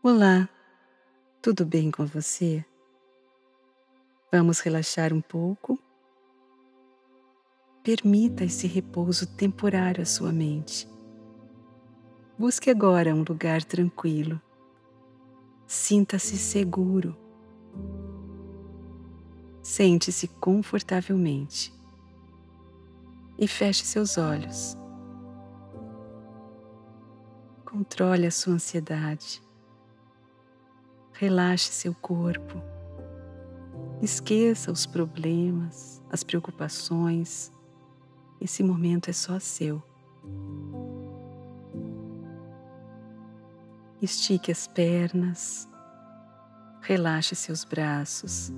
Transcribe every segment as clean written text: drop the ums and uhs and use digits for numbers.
Olá, tudo bem com você? Vamos relaxar um pouco? Permita esse repouso temporário à sua mente. Busque agora um lugar tranquilo. Sinta-se seguro. Sente-se confortavelmente e feche seus olhos. Controle a sua ansiedade. Relaxe seu corpo. Esqueça os problemas, as preocupações. Esse momento é só seu. Estique as pernas. Relaxe seus braços.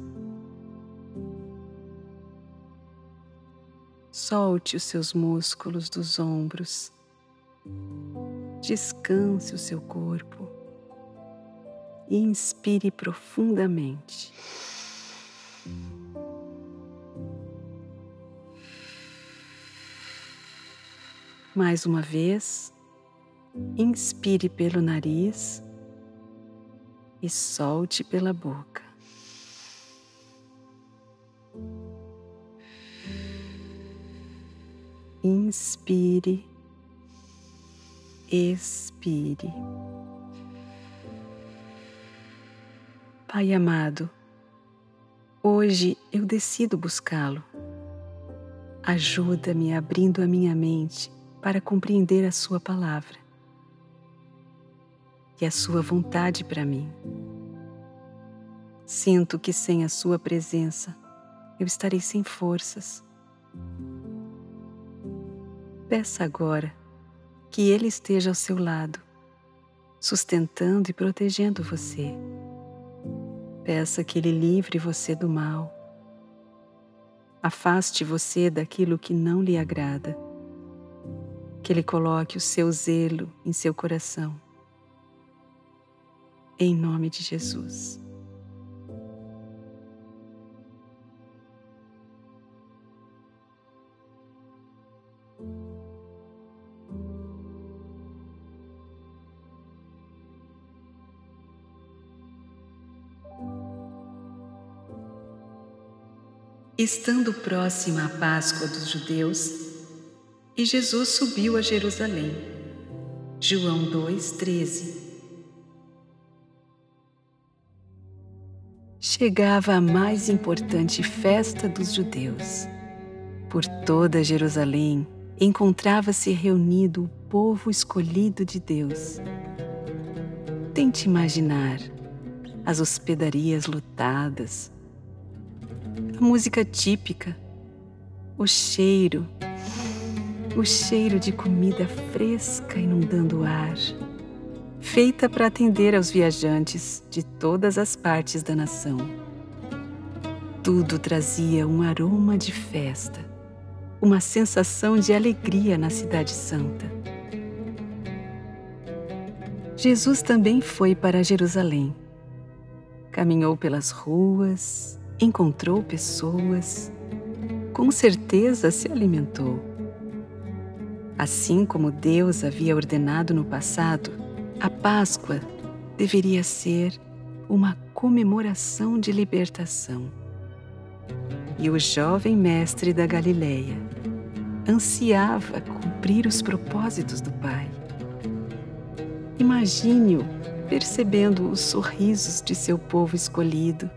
Solte os seus músculos dos ombros. Descanse o seu corpo e inspire profundamente. Mais uma vez, inspire pelo nariz e solte pela boca. Inspire, expire. Pai amado, hoje eu decido buscá-lo. Ajuda-me abrindo a minha mente para compreender a sua palavra e a sua vontade para mim. Sinto que sem a sua presença eu estarei sem forças. Peça agora que Ele esteja ao seu lado, sustentando e protegendo você. Peça que Ele livre você do mal. Afaste você daquilo que não lhe agrada. Que Ele coloque o seu zelo em seu coração. Em nome de Jesus. Estando próxima a Páscoa dos judeus, e Jesus subiu a Jerusalém. João 2:13. Chegava a mais importante festa dos judeus. Por toda Jerusalém encontrava-se reunido o povo escolhido de Deus. Tente imaginar as hospedarias lotadas, a música típica, o cheiro de comida fresca inundando o ar, feita para atender aos viajantes de todas as partes da nação. Tudo trazia um aroma de festa, uma sensação de alegria na Cidade Santa. Jesus também foi para Jerusalém. Caminhou pelas ruas, encontrou pessoas, com certeza se alimentou. Assim como Deus havia ordenado no passado, a Páscoa deveria ser uma comemoração de libertação. E o jovem mestre da Galileia ansiava cumprir os propósitos do Pai. Imagine-o percebendo os sorrisos de seu povo escolhido,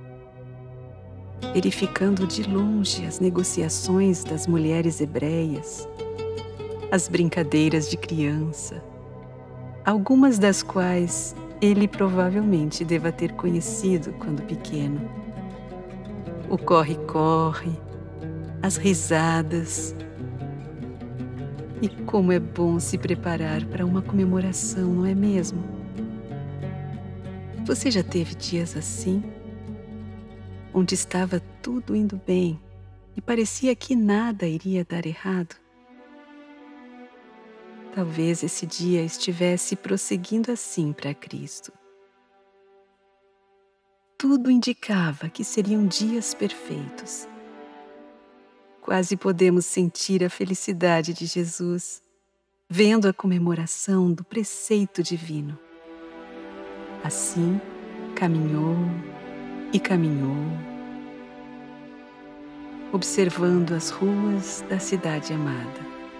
verificando de longe as negociações das mulheres hebreias, as brincadeiras de criança, algumas das quais ele provavelmente deva ter conhecido quando pequeno. O corre-corre, as risadas. E como é bom se preparar para uma comemoração, não é mesmo? Você já teve dias assim? Onde estava tudo indo bem e parecia que nada iria dar errado? Talvez esse dia estivesse prosseguindo assim para Cristo. Tudo indicava que seriam dias perfeitos. Quase podemos sentir a felicidade de Jesus, vendo a comemoração do preceito divino. Assim, caminhou e caminhou, observando as ruas da cidade amada.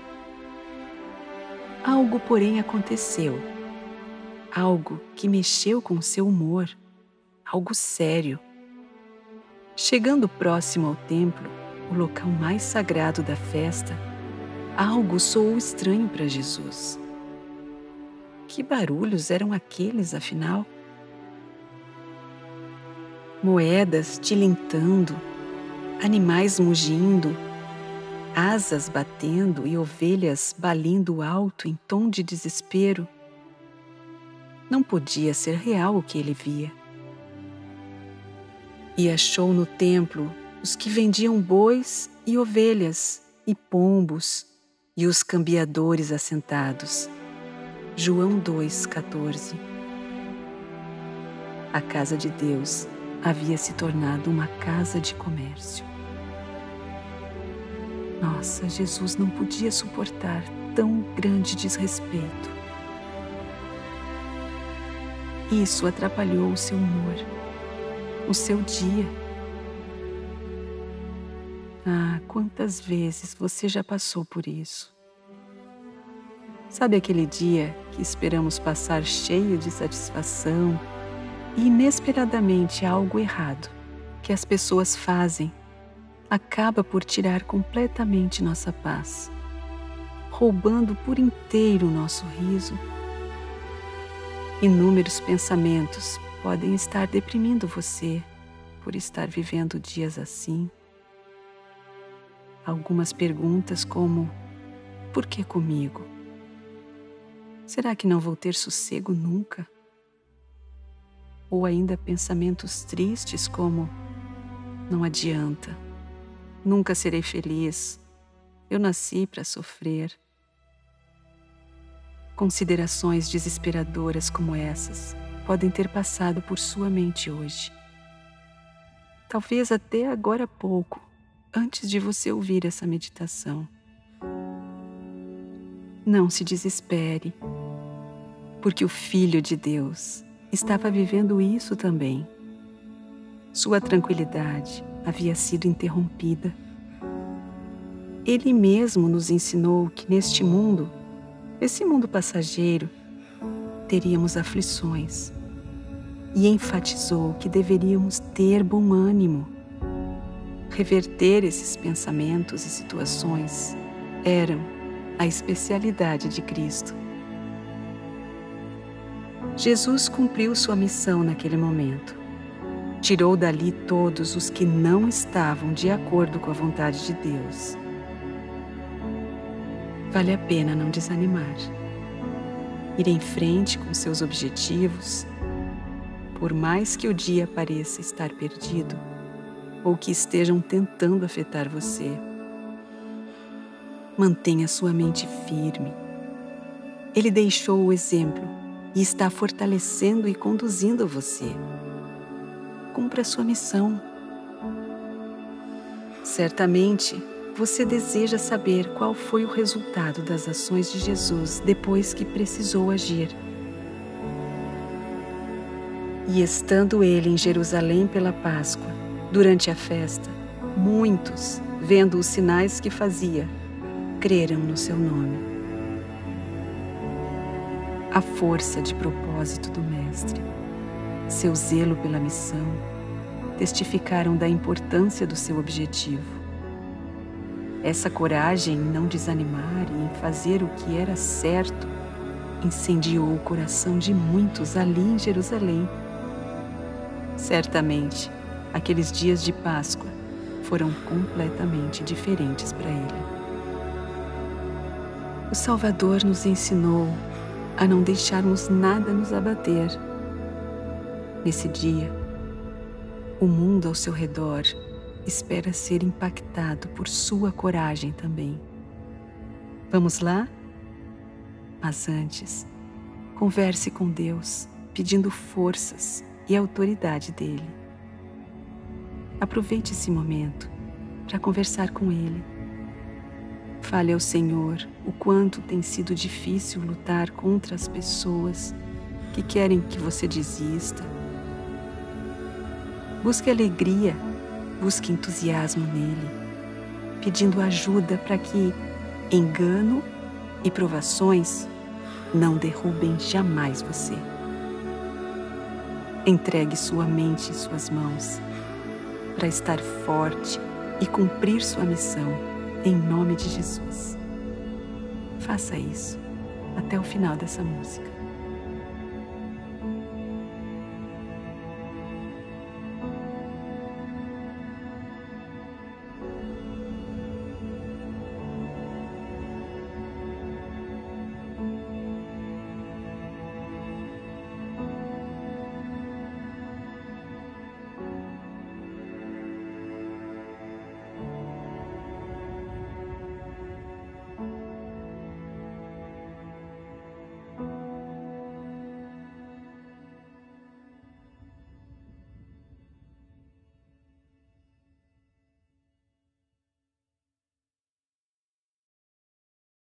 Algo, porém, aconteceu. Algo que mexeu com seu humor, algo sério. Chegando próximo ao templo, o local mais sagrado da festa, algo soou estranho para Jesus. Que barulhos eram aqueles, afinal? Moedas tilintando, animais mugindo, asas batendo e ovelhas balindo alto em tom de desespero. Não podia ser real o que ele via. E achou no templo os que vendiam bois e ovelhas e pombos e os cambiadores assentados. João 2,14. A casa de Deus havia se tornado uma casa de comércio. Nossa, Jesus não podia suportar tão grande desrespeito. Isso atrapalhou o seu humor, o seu dia. Ah, quantas vezes você já passou por isso? Sabe aquele dia que esperamos passar cheio de satisfação e inesperadamente algo errado que as pessoas fazem acaba por tirar completamente nossa paz, roubando por inteiro o nosso riso? Inúmeros pensamentos podem estar deprimindo você por estar vivendo dias assim. Algumas perguntas como: por que comigo? Será que não vou ter sossego nunca? Ou ainda pensamentos tristes como: não adianta, nunca serei feliz, eu nasci para sofrer. Considerações desesperadoras como essas podem ter passado por sua mente hoje. Talvez até agora há pouco, antes de você ouvir essa meditação. Não se desespere, porque o Filho de Deus estava vivendo isso também. Sua tranquilidade havia sido interrompida. Ele mesmo nos ensinou que neste mundo, esse mundo passageiro, teríamos aflições e enfatizou que deveríamos ter bom ânimo. Reverter esses pensamentos e situações eram a especialidade de Cristo. Jesus cumpriu sua missão naquele momento. Tirou dali todos os que não estavam de acordo com a vontade de Deus. Vale a pena não desanimar. Ir em frente com seus objetivos, por mais que o dia pareça estar perdido ou que estejam tentando afetar você. Mantenha sua mente firme. Ele deixou o exemplo e está fortalecendo e conduzindo você. Cumpra a sua missão. Certamente, você deseja saber qual foi o resultado das ações de Jesus depois que precisou agir. E estando ele em Jerusalém pela Páscoa, durante a festa, muitos, vendo os sinais que fazia, creram no seu nome. A força de propósito do Mestre, seu zelo pela missão, testificaram da importância do seu objetivo. Essa coragem em não desanimar e em fazer o que era certo incendiou o coração de muitos ali em Jerusalém. Certamente, aqueles dias de Páscoa foram completamente diferentes para ele. O Salvador nos ensinou a não deixarmos nada nos abater. Nesse dia, o mundo ao seu redor espera ser impactado por sua coragem também. Vamos lá? Mas antes, converse com Deus, pedindo forças e autoridade dele. Aproveite esse momento para conversar com ele. Fale ao Senhor o quanto tem sido difícil lutar contra as pessoas que querem que você desista. Busque alegria, busque entusiasmo nele, pedindo ajuda para que engano e provações não derrubem jamais você. Entregue sua mente em suas mãos para estar forte e cumprir sua missão em nome de Jesus. Faça isso até o final dessa música.